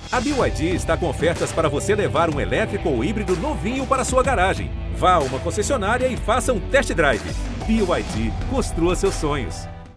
A BYD está com ofertas para você levar um elétrico ou híbrido novinho para sua garagem. Vá a uma concessionária e faça um test drive. BYD, construa seus sonhos.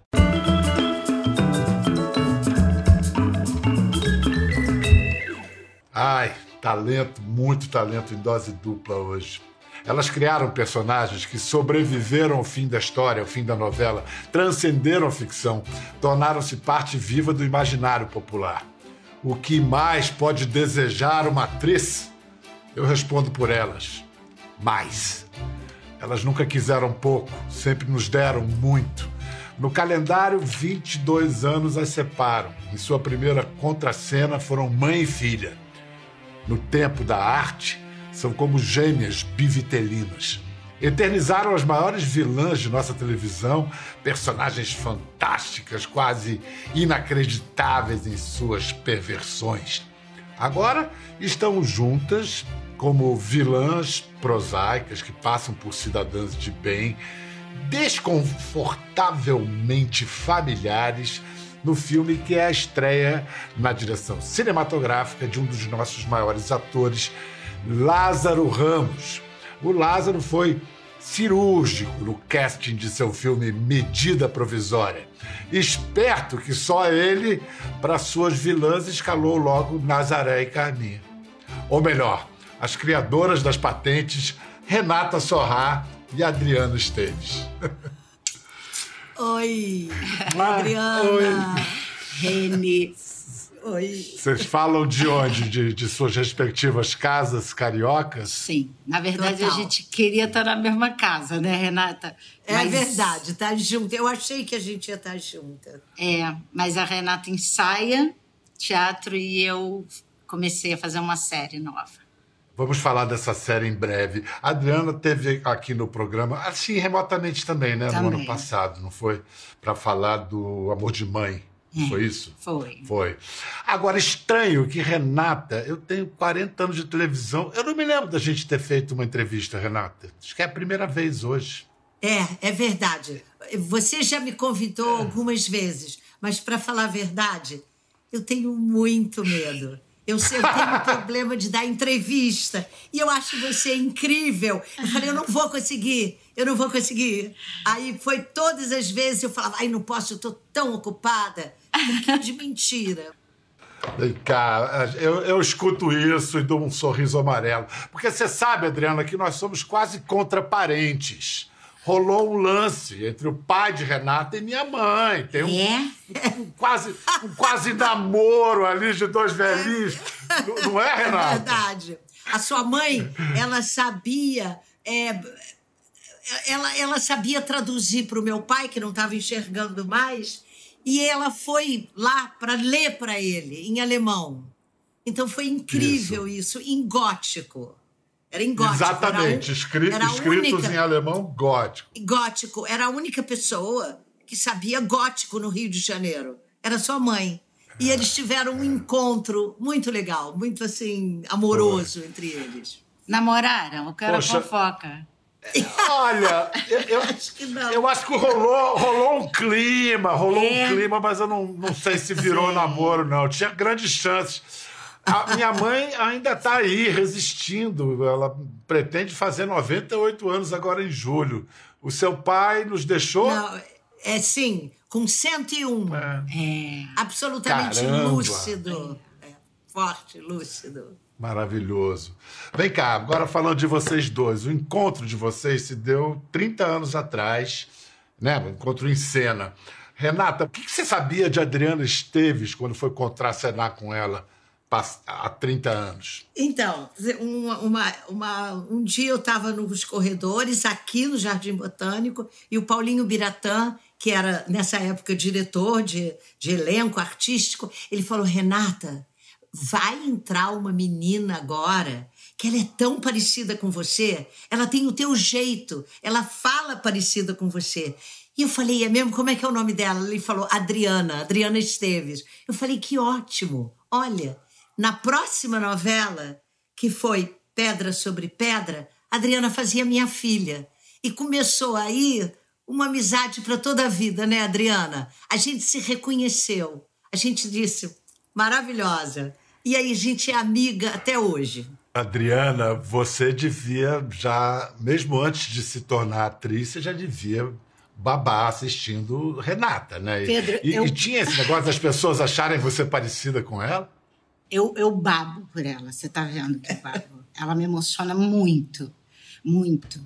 Ai, talento, muito talento em dose dupla hoje. Elas criaram personagens que sobreviveram ao fim da história, ao fim da novela, transcenderam a ficção, tornaram-se parte viva do imaginário popular. O que mais pode desejar uma atriz? Eu respondo por elas. Mais. Elas nunca quiseram pouco, sempre nos deram muito. No calendário, 22 anos as separam. Em sua primeira contracena foram mãe e filha. No tempo da arte, são como gêmeas bivitelinas. Eternizaram as maiores vilãs de nossa televisão, personagens fantásticas, quase inacreditáveis em suas perversões. Agora estão juntas como vilãs prosaicas que passam por cidadãs de bem, desconfortavelmente familiares, no filme que é a estreia na direção cinematográfica de um dos nossos maiores atores, Lázaro Ramos. O Lázaro foi cirúrgico no casting de seu filme Medida Provisória. Esperto que só ele, para suas vilãs, escalou logo Nazaré e Carminha. Ou melhor, as criadoras das patentes, Renata Sorrah e Adriana Esteves. Oi, Adriana. Oi. Reni. Oi. Vocês falam de onde? De suas respectivas casas cariocas? Sim. Na verdade, Total. A gente queria estar na mesma casa, né, Renata? É verdade, tá junto. Eu achei que a gente ia estar junta. Mas a Renata ensaia teatro e eu comecei a fazer uma série nova. Vamos falar dessa série em breve. A Adriana teve aqui no programa, assim, remotamente também, né? Também. No ano passado, não foi? Para falar do Amor de Mãe. Foi isso? Foi. Agora, estranho que Renata, eu tenho 40 anos de televisão, eu não me lembro da gente ter feito uma entrevista, Renata. Acho que é a primeira vez hoje. É verdade. Você já me convidou algumas vezes, mas para falar a verdade, eu tenho muito medo. Eu tenho problema de dar entrevista. E eu acho você incrível. Eu falei, eu não vou conseguir. Aí foi todas as vezes eu falava, ai, não posso, eu tô tão ocupada. Um pouquinho de mentira. Vem cá, eu escuto isso e dou um sorriso amarelo. Porque você sabe, Adriana, que nós somos quase contraparentes. Rolou um lance entre o pai de Renata e minha mãe. Tem um quase namoro ali de dois velhinhos. Não é, Renata? É verdade. A sua mãe, ela sabia... Ela sabia traduzir para o meu pai, que não estava enxergando mais, e ela foi lá para ler para ele, em alemão. Então foi incrível isso em gótico. Era em gótico. Exatamente, escritos em alemão gótico. Gótico. Era a única pessoa que sabia gótico no Rio de Janeiro. Era sua mãe. E eles tiveram um encontro muito legal, muito assim, amoroso entre eles. Namoraram? O cara fofoca. Olha, eu acho que rolou um clima, mas eu não sei se virou namoro, não. Tinha grandes chances. A minha mãe ainda está aí, resistindo. Ela pretende fazer 98 anos agora em julho. O seu pai nos deixou? Não, sim, com 101. Absolutamente Caramba. lúcido. Forte, lúcido. Maravilhoso. Vem cá, agora falando de vocês dois. O encontro de vocês se deu 30 anos atrás, né? O encontro em cena. Renata, o que você sabia de Adriana Esteves quando foi contracenar com ela há 30 anos? Então, um dia eu estava nos corredores, aqui no Jardim Botânico, e o Paulinho Biratã, que era, nessa época, diretor de elenco artístico, ele falou, Renata, vai entrar uma menina agora que ela é tão parecida com você, ela tem o teu jeito, ela fala parecida com você. E eu falei, é mesmo? Como é que é o nome dela? Ele falou, Adriana Esteves. Eu falei, que ótimo. Olha, na próxima novela, que foi Pedra sobre Pedra, a Adriana fazia minha filha. E começou aí uma amizade para toda a vida, né, Adriana? A gente se reconheceu. A gente disse, maravilhosa. E aí a gente é amiga até hoje. Adriana, você devia já, mesmo antes de se tornar atriz, você já devia babar assistindo Renata, né? Pedro, e tinha esse negócio das pessoas acharem você parecida com ela? Eu babo por ela, você tá vendo que eu babo. Ela me emociona muito, muito.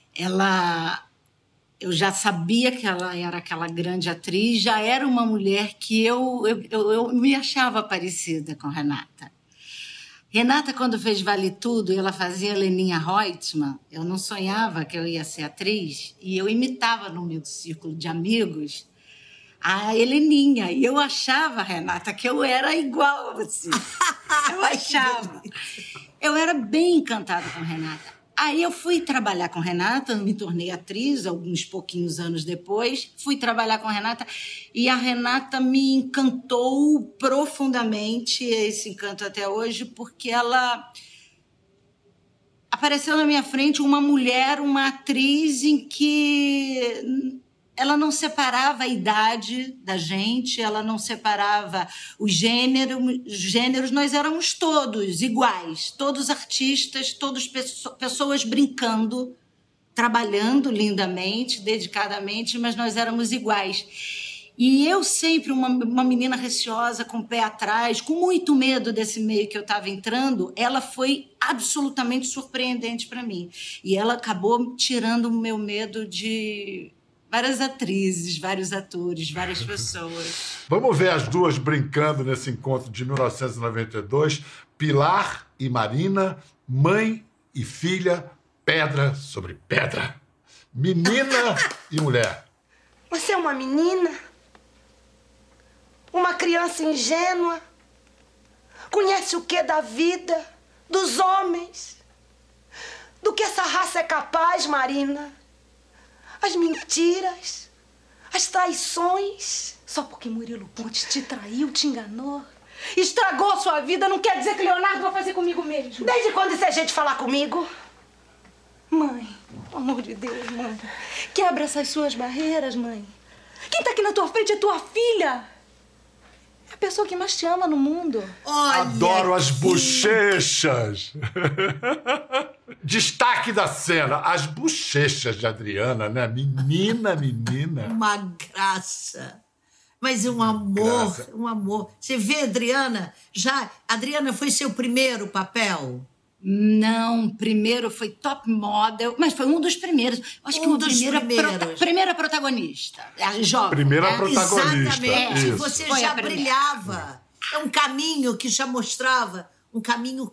Eu já sabia que ela era aquela grande atriz, já era uma mulher que eu me achava parecida com Renata. Renata, quando fez Vale Tudo, ela fazia Leninha Reutemann, eu não sonhava que eu ia ser atriz, e eu imitava no meu círculo de amigos a Heleninha, e eu achava, Renata, que eu era igual a você. Eu achava. Eu era bem encantada com Renata. Aí eu fui trabalhar com Renata, me tornei atriz alguns pouquinhos anos depois, fui trabalhar com Renata e a Renata me encantou profundamente, esse encanto até hoje, porque ela apareceu na minha frente uma mulher, uma atriz em que ela não separava a idade da gente, ela não separava os gêneros, nós éramos todos iguais, todos artistas, todas pessoas brincando, trabalhando lindamente, dedicadamente, mas nós éramos iguais. E eu sempre, uma menina receosa, com o pé atrás, com muito medo desse meio que eu estava entrando, ela foi absolutamente surpreendente para mim. E ela acabou tirando o meu medo de várias atrizes, vários atores, várias pessoas. Vamos ver as duas brincando nesse encontro de 1992. Pilar e Marina, mãe e filha, pedra sobre pedra. Menina e mulher. Você é uma menina? Uma criança ingênua? Conhece o que da vida, dos homens? Do que essa raça é capaz, Marina? As mentiras, as traições. Só porque Murilo Pontes te traiu, te enganou, estragou sua vida, não quer dizer que Leonardo vai fazer comigo mesmo. Desde quando isso é jeito de falar comigo? Mãe, pelo amor de Deus, mãe. Quebra essas suas barreiras, mãe. Quem tá aqui na tua frente é tua filha. É a pessoa que mais te ama no mundo. Olha Adoro as bochechas. Destaque da cena, as bochechas de Adriana, né? Menina. Uma graça. Mas um amor, um amor. Você vê, Adriana, Adriana foi seu primeiro papel? Não, primeiro foi Top Model, mas foi um dos primeiros. Acho que primeira protagonista. A jovem. Primeira protagonista. Exatamente. Isso. Você Foi já a primeira. brilhava. É um caminho que já mostrava um caminho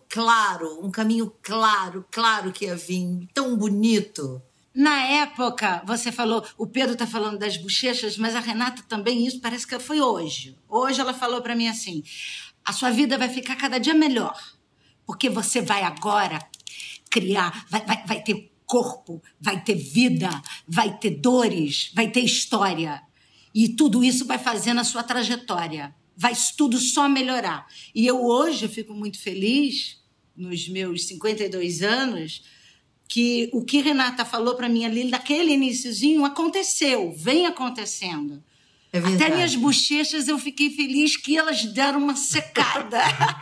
claro que ia vir, tão bonito. Na época, você falou, o Pedro tá falando das bochechas, mas a Renata também, isso parece que foi hoje. Hoje ela falou para mim assim, a sua vida vai ficar cada dia melhor, porque você vai agora criar, vai ter corpo, vai ter vida, vai ter dores, vai ter história. E tudo isso vai fazendo a sua trajetória. Vai tudo só melhorar. E eu hoje fico muito feliz, nos meus 52 anos, que o que Renata falou para mim ali, naquele iniciozinho, aconteceu, vem acontecendo. É verdade. Até minhas bochechas eu fiquei feliz que elas deram uma secada.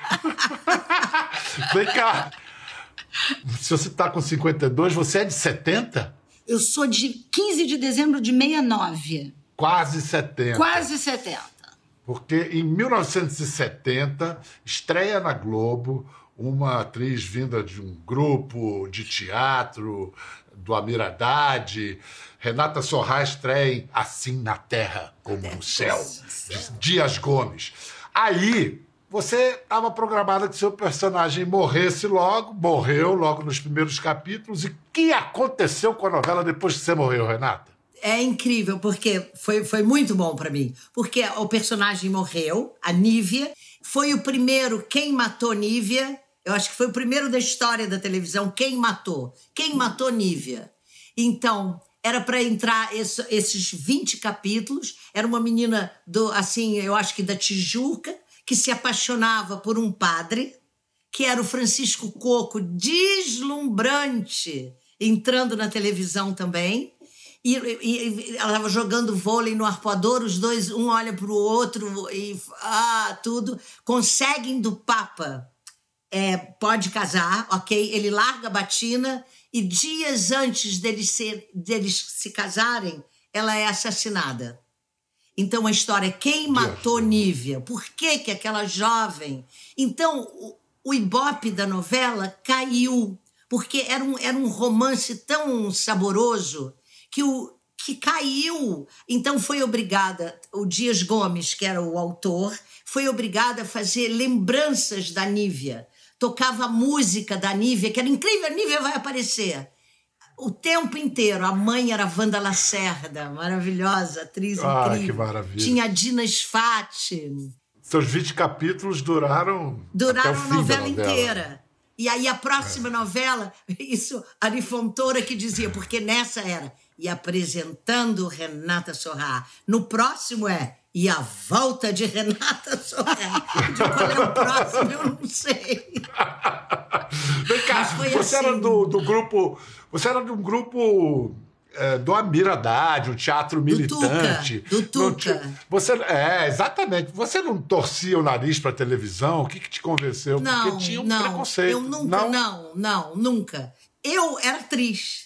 Vem cá. Se você está com 52, você é de 70? Eu sou de 15 de dezembro de 69. Quase 70. Quase 70. Porque em 1970, estreia na Globo uma atriz vinda de um grupo de teatro do Amir Haddad. Renata Sorrah estreia em Assim na Terra como no Céu, de Dias Gomes. Aí, você estava programada que seu personagem morresse logo, morreu logo nos primeiros capítulos. E o que aconteceu com a novela depois que você morreu, Renata? É incrível, porque foi muito bom para mim. Porque o personagem morreu, a Nívia. Foi o primeiro, quem matou Nívia. Eu acho que foi o primeiro da história da televisão, quem matou Nívia. Então, era para entrar esses 20 capítulos. Era uma menina, eu acho que da Tijuca, que se apaixonava por um padre, que era o Francisco Coco, deslumbrante, entrando na televisão também. E ela estava jogando vôlei no arpoador, os dois, um olha para o outro e tudo. Conseguem do Papa, pode casar, ok? Ele larga a batina e dias antes deles se casarem, ela é assassinada. Então a história é quem matou Nívia? Por que aquela jovem... Então o ibope da novela caiu, porque era um romance tão saboroso que caiu. Então foi obrigada, o Dias Gomes, que era o autor, foi obrigada a fazer lembranças da Nívia. Tocava a música da Nívia, que era incrível, a Nívia vai aparecer. O tempo inteiro. A mãe era Wanda Lacerda, maravilhosa, atriz incrível. Que maravilha. Tinha a Dina Sfati. Seus 20 capítulos duraram até o fim a novela da novela inteira. E aí a próxima novela, isso, Ari Fontoura que dizia, porque nessa era, e apresentando Renata Sorrah. No próximo e a volta de Renata Sorrah. De qual é o próximo, eu não sei. Vem cá, você era do grupo... Você era de um grupo do Amir Haddad, o teatro militante. Do Tuca. Você, exatamente. Você não torcia o nariz para a televisão? O que te convenceu? Não, porque tinha um preconceito. Eu nunca, nunca. Eu era atriz.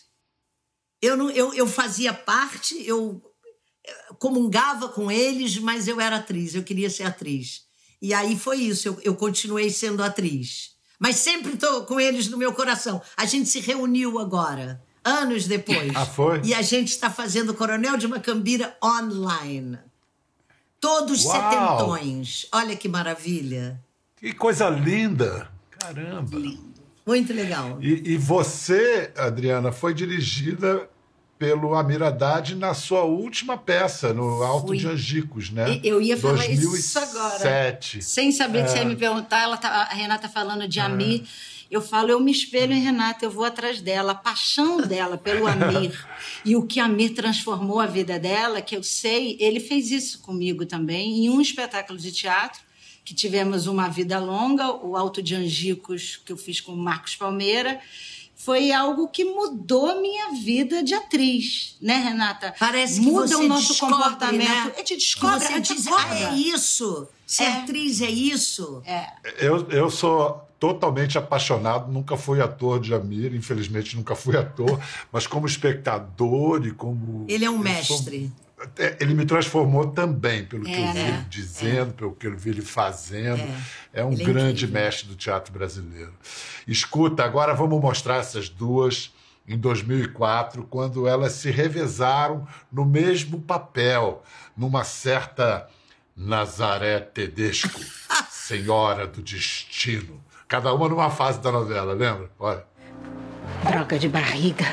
Eu fazia parte, eu comungava com eles, mas eu era atriz, eu queria ser atriz. E aí foi isso, eu continuei sendo atriz. Mas sempre estou com eles no meu coração. A gente se reuniu agora, anos depois. Foi? E a gente está fazendo Coronel de Macambira online. Todos setentões. Olha que maravilha. Que coisa linda. Caramba. Lindo. Muito legal. E você, Adriana, foi dirigida pelo Amir Haddad na sua última peça, no Alto de Angicos, né? Eu ia falar 2007. isso agora. Sem saber que você ia me perguntar, a Renata falando de Amir. Eu falo, eu me espelho em Renata, eu vou atrás dela. A paixão dela pelo Amir e o que Amir transformou a vida dela, que eu sei, ele fez isso comigo também, em um espetáculo de teatro, que tivemos uma vida longa, o Alto de Angicos, que eu fiz com o Marcos Palmeira. Foi algo que mudou minha vida de atriz, né, Renata? Parece que muda você o nosso descobre, comportamento. né? Te descobre, você diz, é isso. Ser atriz é isso. Eu sou totalmente apaixonado, nunca fui ator de Amir, infelizmente nunca fui ator, mas como espectador e como... Ele é um mestre. Ele me transformou também, pelo que eu vi ele dizendo, pelo que eu vi ele fazendo. É um grande mestre do teatro brasileiro. Escuta, agora vamos mostrar essas duas em 2004, quando elas se revezaram no mesmo papel, numa certa Nazaré Tedesco, Senhora do Destino. Cada uma numa fase da novela, lembra? Olha. Droga de barriga.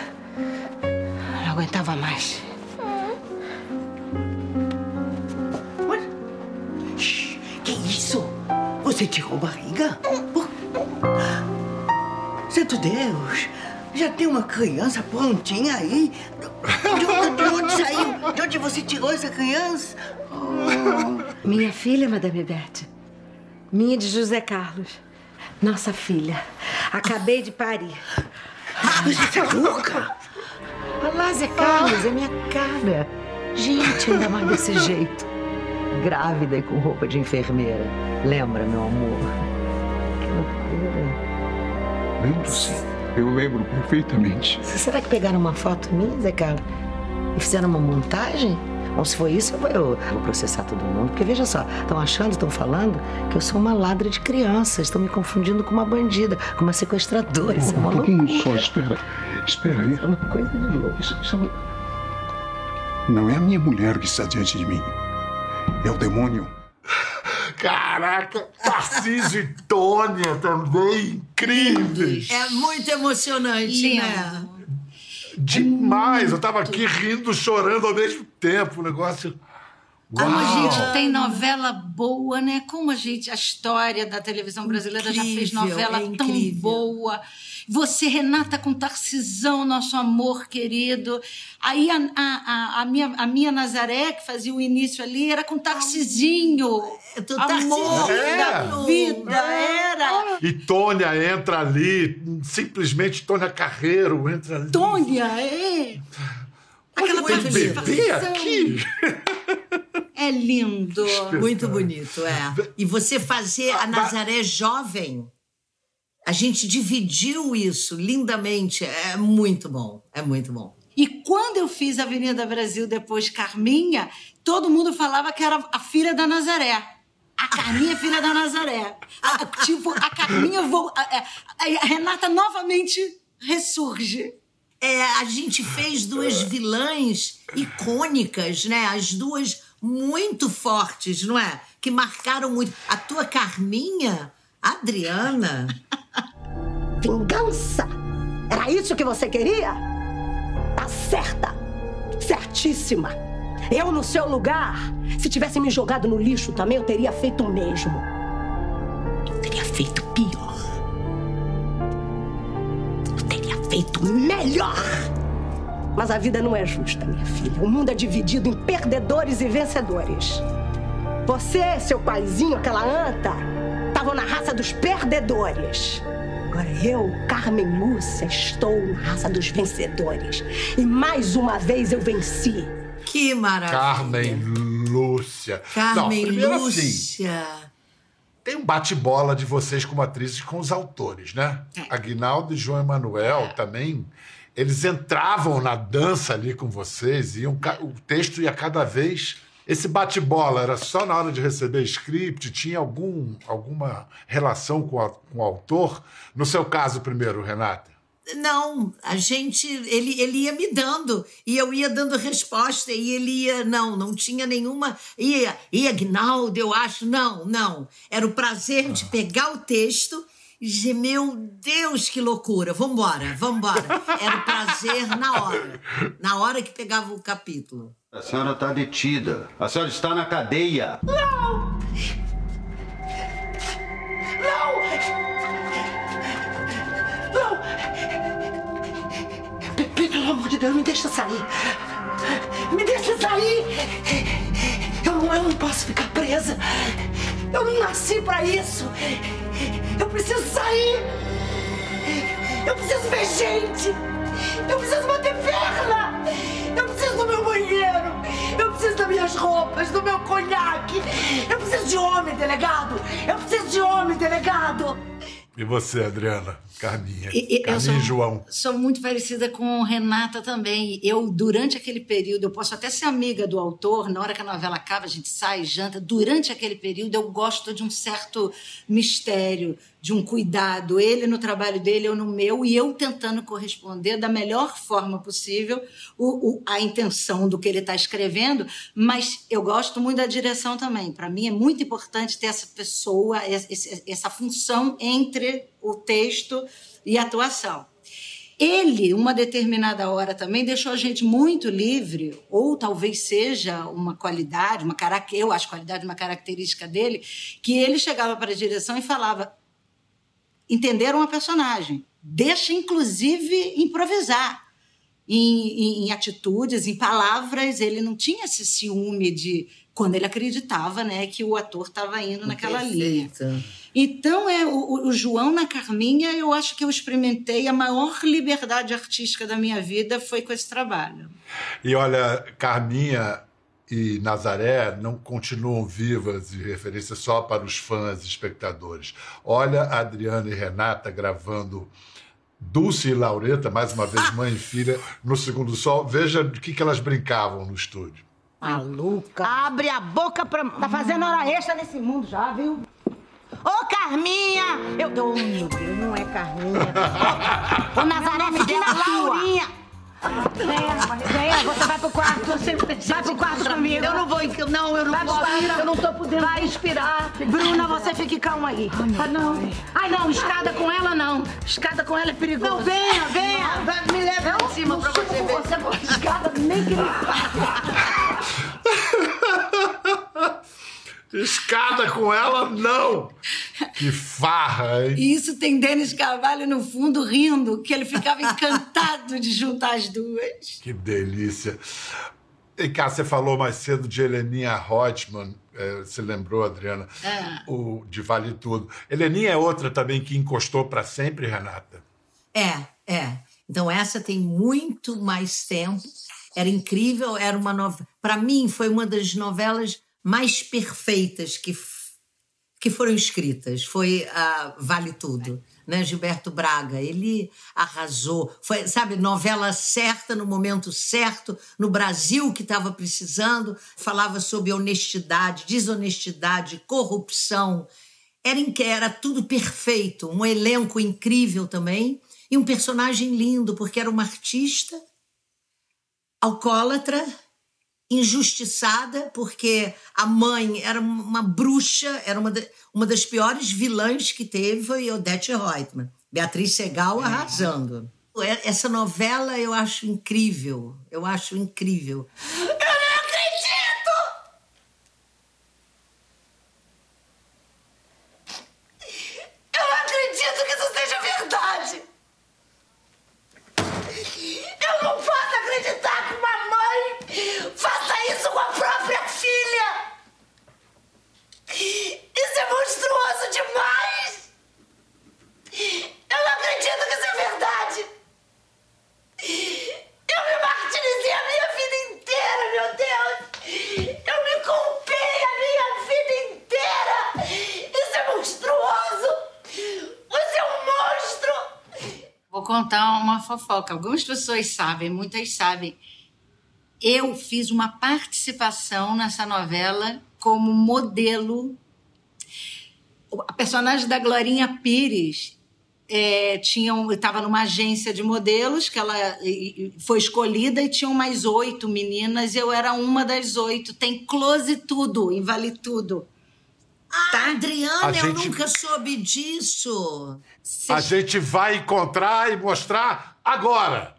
Não aguentava mais. Que isso? Você tirou barriga? Santo Deus! Já tem uma criança prontinha aí? De onde saiu? De onde você tirou essa criança? Minha filha, Madame Beth. Minha de José Carlos. Nossa filha. Acabei de parir. Você é louca? Olá, Zé Carlos, é minha cara. Gente, ainda mais desse jeito. Grávida e com roupa de enfermeira. Lembra, meu amor? Que loucura. Lembro, sim. Eu lembro perfeitamente. Será que pegaram uma foto minha, Zé Carlos? E fizeram uma montagem? Ou se foi isso, eu vou processar todo mundo. Porque, veja só, estão falando que eu sou uma ladra de crianças. Estão me confundindo com uma bandida, com uma sequestradora. Isso é uma loucura. Só, espera aí. Isso é uma coisa de louco. Não é a minha mulher que está diante de mim. É o demônio. Caraca, Tarcísio e Tônia também, incríveis. É muito emocionante, né? Demais, eu tava aqui rindo, chorando ao mesmo tempo, o negócio... Como a gente tem novela boa, né? Como a história da televisão brasileira já fez novela tão boa. Você, Renata, com Tarcisão, nosso amor querido. Aí a minha Nazaré, que fazia o início ali, era com Tarcisinho. Amor da vida, era. E Tônia entra ali, simplesmente Tônia Carreiro entra ali. Tônia, Aquela muito bebê aqui? É lindo. Muito bonito, é. E você fazer a Nazaré jovem, a gente dividiu isso lindamente. É muito bom, é muito bom. E quando eu fiz Avenida Brasil, depois Carminha, todo mundo falava que era a filha da Nazaré. A Carminha, filha da Nazaré. A Carminha, a Renata novamente ressurge. A gente fez duas vilãs icônicas, né? As duas muito fortes, não é? Que marcaram muito. A tua Carminha, Adriana. Vingança? Era isso que você queria? Tá certa. Certíssima. Eu, no seu lugar, se tivesse me jogado no lixo também, eu teria feito o mesmo. Eu teria feito pior. Eu teria feito melhor. Mas a vida não é justa, minha filha. O mundo é dividido em perdedores e vencedores. Você, seu paizinho, aquela anta, estavam na raça dos perdedores. Agora eu, Carmen Lúcia, estou na raça dos vencedores. E mais uma vez eu venci. Que maravilha. Carmen Lúcia. Carmen primeiro, Lúcia. Assim, tem um bate-bola de vocês como atrizes com os autores, né? Aguinaldo e João Emanuel também, eles entravam na dança ali com vocês, o texto ia cada vez... Esse bate-bola era só na hora de receber script? Tinha alguma relação com o autor? No seu caso primeiro, Renata? Não, ele ia me dando, e eu ia dando resposta, e ele ia, não tinha nenhuma, ia Aguinaldo, eu acho, não, era o prazer de pegar o texto e dizer, meu Deus, que loucura, vambora, era o prazer na hora que pegava o capítulo. A senhora está detida, a senhora está na cadeia. Não! Pelo amor de Deus, me deixa sair. Me deixa sair. Eu não posso ficar presa. Eu não nasci pra isso. Eu preciso sair. Eu preciso ver gente. Eu preciso bater perna. Eu preciso do meu banheiro. Eu preciso das minhas roupas, do meu conhaque. Eu preciso de homem, delegado. Eu preciso de homem, delegado. E você, Adriana? Carminha. Carminha e João. Sou muito parecida com Renata também. Eu, durante aquele período, eu posso até ser amiga do autor, na hora que a novela acaba, a gente sai, janta. Durante aquele período, eu gosto de um certo mistério, de um cuidado. Ele no trabalho dele, eu no meu, e eu tentando corresponder da melhor forma possível a intenção do que ele está escrevendo, mas eu gosto muito da direção também. Para mim, é muito importante ter essa pessoa, essa função entre o texto e a atuação. Ele, uma determinada hora também, deixou a gente muito livre, ou talvez seja uma qualidade, eu acho qualidade uma característica dele, que ele chegava para a direção e falava: entenderam a personagem, deixa inclusive improvisar em atitudes, em palavras. Ele não tinha esse ciúme de quando ele acreditava, né, que o ator estava indo naquela linha. Então, o João na Carminha, eu acho que eu experimentei a maior liberdade artística da minha vida foi com esse trabalho. E olha, Carminha e Nazaré não continuam vivas de referência só para os fãs e espectadores. Olha a Adriana e Renata gravando Dulce e Laureta, mais uma vez mãe e filha, no Segundo Sol. Veja do que elas brincavam no estúdio. Maluca. Abre a boca pra... Tá fazendo hora extra nesse mundo já, viu? Ô, Carminha! Oh, meu Deus, não é Carminha. Ô, Nazaré, me dê a Laurinha. Venha, você vai pro quarto. Vai pro quarto comigo. Eu não vou, não, eu não posso. Eu não tô podendo. Vai inspirar. Bruna, você fique calma aí. Ai, não, escada com ela não. Escada com ela é perigoso. Não, venha. Me leva lá em cima pra você ver. Você pode escada nem que Escada com ela, não! Que farra, hein? E isso tem Denis Carvalho no fundo rindo, que ele ficava encantado de juntar as duas. Que delícia. E cá, você falou mais cedo de Heleninha Reutemann, você lembrou, Adriana? O de Vale Tudo. Heleninha é outra também que encostou para sempre, Renata? É. Então essa tem muito mais tempo. Era incrível, era uma novela... Para mim, foi uma das novelas mais perfeitas que foram escritas. Foi a Vale Tudo, né? Gilberto Braga, ele arrasou. Foi, sabe, novela certa, no momento certo, no Brasil que estava precisando. Falava sobre honestidade, desonestidade, corrupção. Era tudo perfeito. Um elenco incrível também. E um personagem lindo, porque era uma artista alcoólatra, injustiçada, porque a mãe era uma bruxa, era uma das piores vilãs que teve, foi Odete Reutemann. Beatriz Segal arrasando. Essa novela eu acho incrível, Eu não acredito! Eu não acredito que isso seja verdade! Eu não posso acreditar que uma mãe faça isso com a própria filha! Isso é monstruoso demais! Eu não acredito que isso é verdade! Eu me martirizei a minha vida inteira, meu Deus! Eu me culpei a minha vida inteira! Isso é monstruoso! Você é um monstro! Vou contar uma fofoca. Algumas pessoas sabem, muitas sabem. Eu fiz uma participação nessa novela como modelo. A personagem da Glorinha Pires estava numa agência de modelos que ela foi escolhida e tinham mais 8 meninas. Eu era uma das 8. Tem close tudo, em Vale Tudo. Tá? Adriana, eu nunca soube disso. A gente vai encontrar e mostrar agora.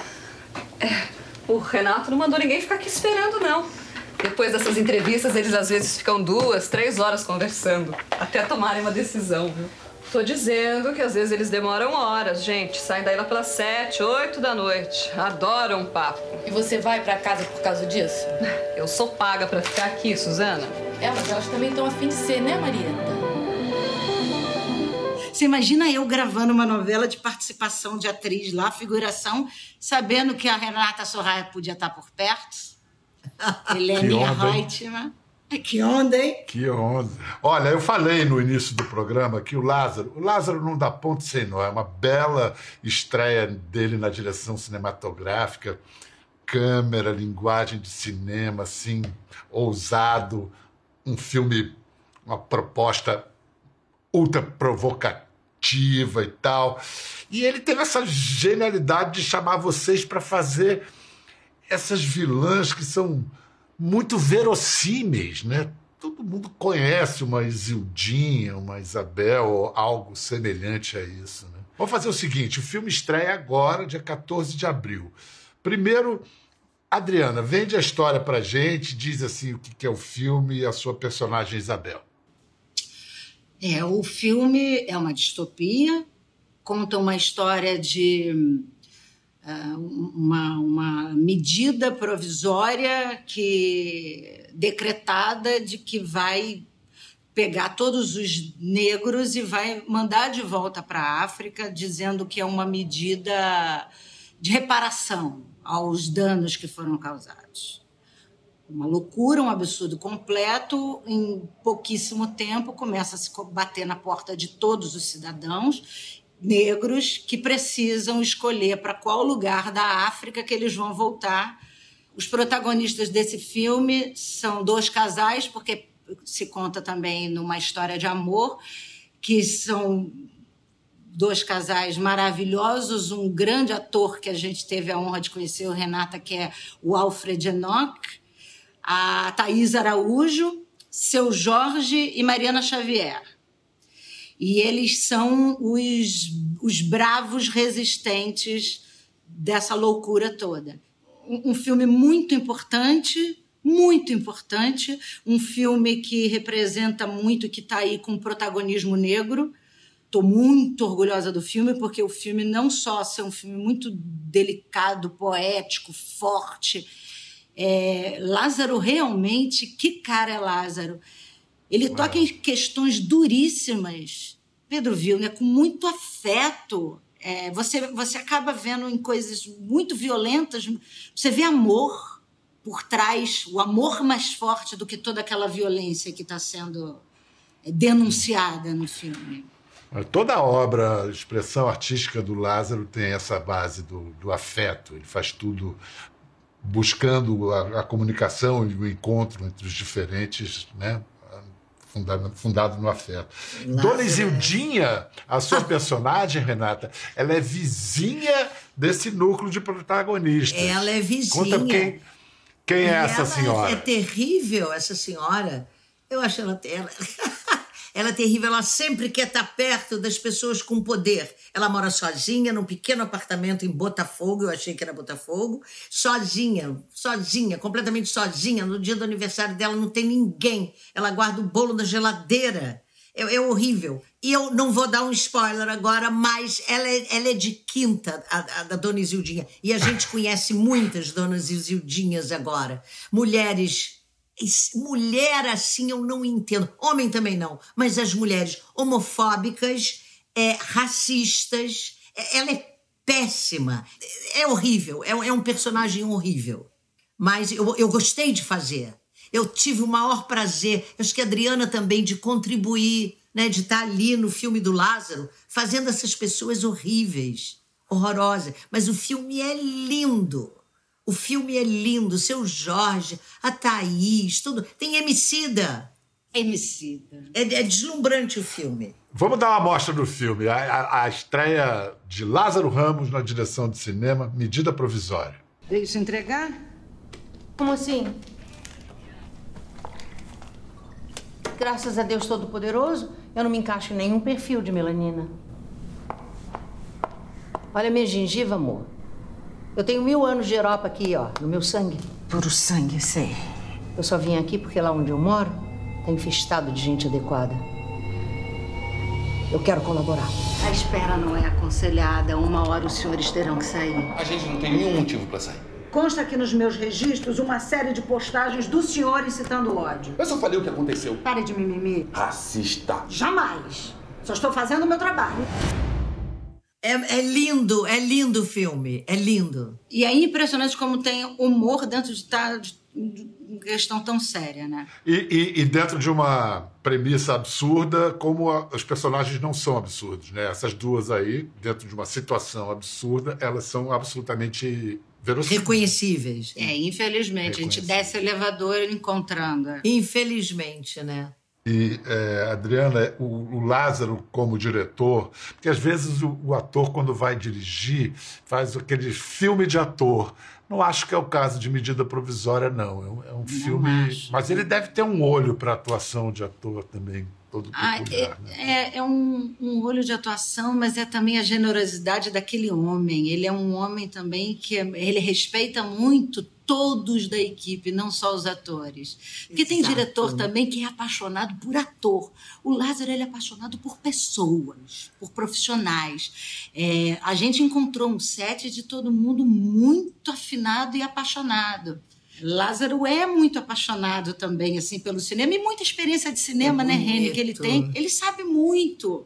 O Renato não mandou ninguém ficar aqui esperando, não. Depois dessas entrevistas, eles às vezes ficam 2, 3 horas conversando, até tomarem uma decisão, viu? Tô dizendo que às vezes eles demoram horas, gente. Saem daí lá pelas 7, 8 da noite. Adoram um papo. E você vai pra casa por causa disso? Eu sou paga pra ficar aqui, Suzana. Mas elas também estão afim de ser, né, Marieta? Você imagina eu gravando uma novela de participação de atriz lá, figuração, sabendo que a Renata Sorraia podia estar por perto? Helene Reutemann. Que onda, hein? Que onda. Olha, eu falei no início do programa que o Lázaro não dá ponto sem nó. É uma bela estreia dele na direção cinematográfica, câmera, linguagem de cinema, assim, ousado, um filme, uma proposta ultra provocativa e tal. E ele teve essa genialidade de chamar vocês para fazer essas vilãs que são muito verossímeis, né? Todo mundo conhece uma Isildinha, uma Isabel, ou algo semelhante a isso, né? Vamos fazer o seguinte, o filme estreia agora, dia 14 de abril. Primeiro, Adriana, vende a história pra gente, diz assim o que é o filme e a sua personagem Isabel. O filme é uma distopia, conta uma história de uma medida provisória decretada de que vai pegar todos os negros e vai mandar de volta para a África, dizendo que é uma medida de reparação aos danos que foram causados. Uma loucura, um absurdo completo. Em pouquíssimo tempo começa a se bater na porta de todos os cidadãos negros que precisam escolher para qual lugar da África que eles vão voltar. Os protagonistas desse filme são 2 casais, porque se conta também numa história de amor, que são 2 casais maravilhosos, um grande ator que a gente teve a honra de conhecer, o Renata, que é o Alfred Enoch, a Thaís Araújo, Seu Jorge e Mariana Xavier. E eles são os bravos resistentes dessa loucura toda. Um filme muito importante, um filme que representa muito, que está aí com protagonismo negro. Estou muito orgulhosa do filme, porque o filme não só é um filme muito delicado, poético, forte. Lázaro realmente, que cara é Lázaro? Ele toca em questões duríssimas, Pedro Vilner, com muito afeto. Você acaba vendo em coisas muito violentas, você vê amor por trás, o amor mais forte do que toda aquela violência que está sendo denunciada no filme. Toda a obra, a expressão artística do Lázaro tem essa base do afeto. Ele faz tudo buscando a comunicação e o encontro entre os diferentes, né? Fundado no afeto. Dona Isildinha, a sua personagem, Renata, ela é vizinha desse núcleo de protagonistas. Ela é vizinha. Conta quem é essa senhora? É terrível, essa senhora. Eu acho ela é terrível, ela sempre quer estar perto das pessoas com poder. Ela mora sozinha, num pequeno apartamento em Botafogo, eu achei que era Botafogo, sozinha, completamente sozinha. No dia do aniversário dela não tem ninguém. Ela guarda o bolo na geladeira. É horrível. E eu não vou dar um spoiler agora, mas ela é de quinta, a da Dona Isildinha. E a gente conhece muitas Donas Isildinhas agora. Mulher assim eu não entendo, homem também não, mas as mulheres homofóbicas, racistas, ela é péssima, é horrível, é um personagem horrível, mas eu gostei de fazer, eu tive o maior prazer, acho que a Adriana também, de contribuir, né, de estar ali no filme do Lázaro, fazendo essas pessoas horríveis, horrorosas, mas o filme é lindo. O filme é lindo, seu Jorge, a Thaís, tudo. Tem Emicida. É deslumbrante o filme. Vamos dar uma amostra do filme. A estreia de Lázaro Ramos na direção de cinema, Medida Provisória. Veio se entregar? Como assim? Graças a Deus Todo-Poderoso, eu não me encaixo em nenhum perfil de melanina. Olha minha gengiva, amor. Eu tenho 1000 anos de Europa aqui, ó, no meu sangue. Puro sangue, sei. Eu só vim aqui porque lá onde eu moro tá infestado de gente adequada. Eu quero colaborar. A espera não é aconselhada. Uma hora os senhores terão que sair. A gente não tem nenhum motivo pra sair. Consta aqui nos meus registros uma série de postagens do senhor incitando ódio. Eu só falei o que aconteceu. Pare de mimimi. Racista. Jamais. Só estou fazendo o meu trabalho. É lindo o filme, é lindo. E é impressionante como tem humor dentro de questão tão séria, né? E dentro de uma premissa absurda, como os personagens não são absurdos, né? Essas duas aí, dentro de uma situação absurda, elas são absolutamente verossímeis. Reconhecíveis. Infelizmente. A gente desce o elevador encontrando. Infelizmente, né? E, Adriana, o Lázaro como diretor, porque às vezes o ator, quando vai dirigir, faz aquele filme de ator. Não acho que é o caso de Medida Provisória, não. É um filme... Acho. Mas ele deve ter um olho para atuação de ator também, todo peculiar. Né? É um olho de atuação, mas é também a generosidade daquele homem. Ele é um homem também que ele respeita muito todos da equipe, não só os atores. Porque tem diretor também que é apaixonado por ator. O Lázaro, ele é apaixonado por pessoas, por profissionais. A gente encontrou um set de todo mundo muito afinado e apaixonado. Lázaro é muito apaixonado também, assim, pelo cinema, e muita experiência de cinema, né, Reni, que ele tem. Ele sabe muito.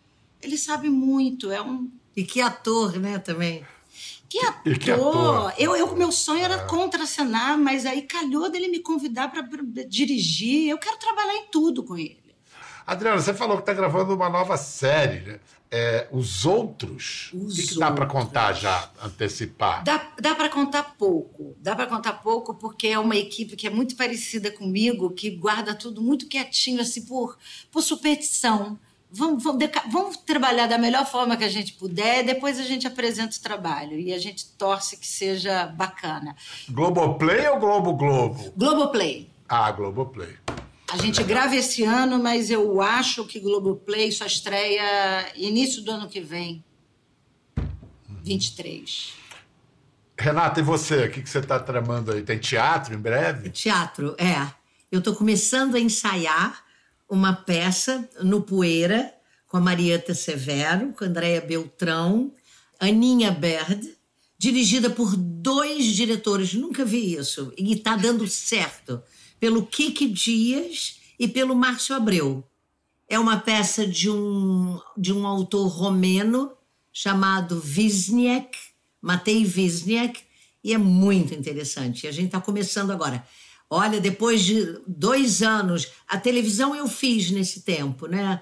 E que ator, né, também. Que ator! Meu sonho era contracenar, mas aí calhou dele me convidar para dirigir. Eu quero trabalhar em tudo com ele. Adriana, você falou que está gravando uma nova série, né? Os Outros. O que dá para contar já, antecipar? Dá para contar pouco. Dá para contar pouco porque é uma equipe que é muito parecida comigo, que guarda tudo muito quietinho, assim, por superstição. Vamos trabalhar da melhor forma que a gente puder, depois a gente apresenta o trabalho e a gente torce que seja bacana. Globoplay ou Globo? Globoplay. Globoplay. A gente grava esse ano, mas eu acho que Globoplay só estreia início do ano que vem, 23. Renata, e você? O que você está tramando aí? Tem teatro em breve? Teatro, Eu estou começando a ensaiar uma peça no Poeira, com a Marieta Severo, com a Andréia Beltrão, Aninha Baird, dirigida por 2 diretores, nunca vi isso, e está dando certo, pelo Kiki Dias e pelo Márcio Abreu. É uma peça de um autor romeno chamado Wisniewski, Matei Wisniewski, e é muito interessante. A gente está começando agora. Olha, depois de 2 anos, a televisão eu fiz nesse tempo, né?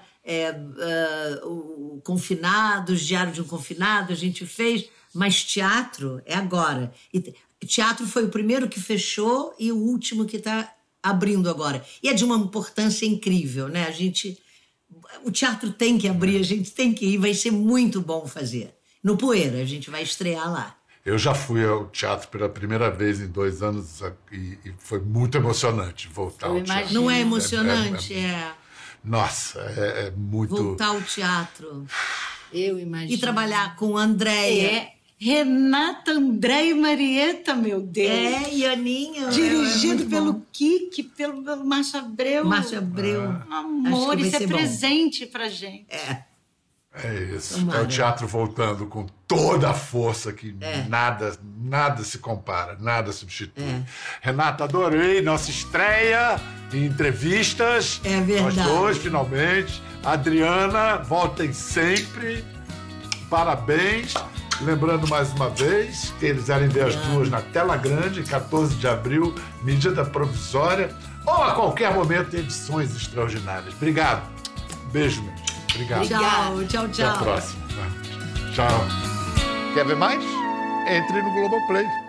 O Confinados, Diário de um Confinado, a gente fez, mas teatro é agora. E teatro foi o primeiro que fechou e o último que está abrindo agora. E é de uma importância incrível, né? O teatro tem que abrir, a gente tem que ir, vai ser muito bom fazer. No Poeira, a gente vai estrear lá. Eu já fui ao teatro pela primeira vez em 2 anos e foi muito emocionante voltar ao teatro. Não é emocionante? Nossa, é muito... Voltar ao teatro. Eu imagino. E trabalhar com Andréia. Renata, André e Marieta, meu Deus. E Aninha. Dirigido pelo Kiki, pelo Márcio Abreu. Márcio Abreu. Amor, isso é presente pra gente. É isso. Tomara. É o teatro voltando com toda a força que nada se compara, nada substitui. Renata, adorei nossa estreia em entrevistas. É verdade. Nós 2, finalmente. Adriana, voltem sempre. Parabéns. Lembrando mais uma vez que eles irem ver as 2 na tela grande, 14 de abril, medida provisória, ou a qualquer momento, edições extraordinárias. Obrigado. Beijo, meu. Obrigado. Tchau. Até a próxima. Tchau. Quer ver mais? Entre no Globoplay.